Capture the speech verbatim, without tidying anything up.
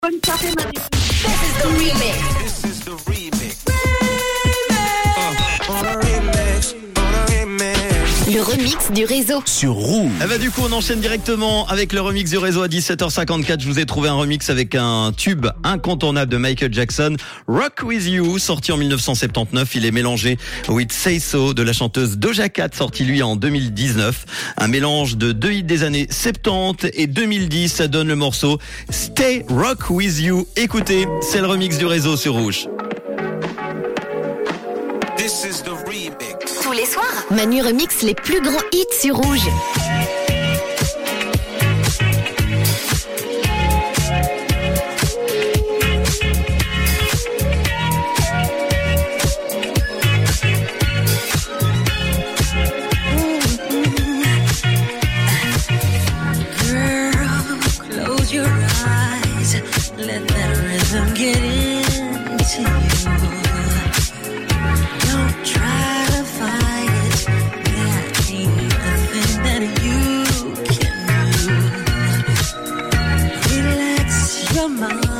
Bonne soirée, Marie. This is the remix. This is the remix. Uh, on a remix, on a remix. Le remix du réseau. Sur Rouge. Eh ben, du coup, on enchaîne directement avec le remix du réseau à dix-sept heures cinquante-quatre. Je vous ai trouvé un remix avec un tube incontournable de Michael Jackson, Rock With You, sorti en dix-neuf cent soixante-dix-neuf. Il est mélangé with Say So de la chanteuse Doja Cat, sorti lui en deux mille dix-neuf. Un mélange de deux hits des années soixante-dix et deux mille dix. Ça donne le morceau Stay Rock With You. Écoutez, c'est le remix du réseau sur Rouge. This is the remix. Tous les soirs, Manu remix les plus grands hits sur Rouge. Girl, close your eyes. Let that rhythm get into you. Don't try to fight it. There ain't a thing that you can do. Relax your mind.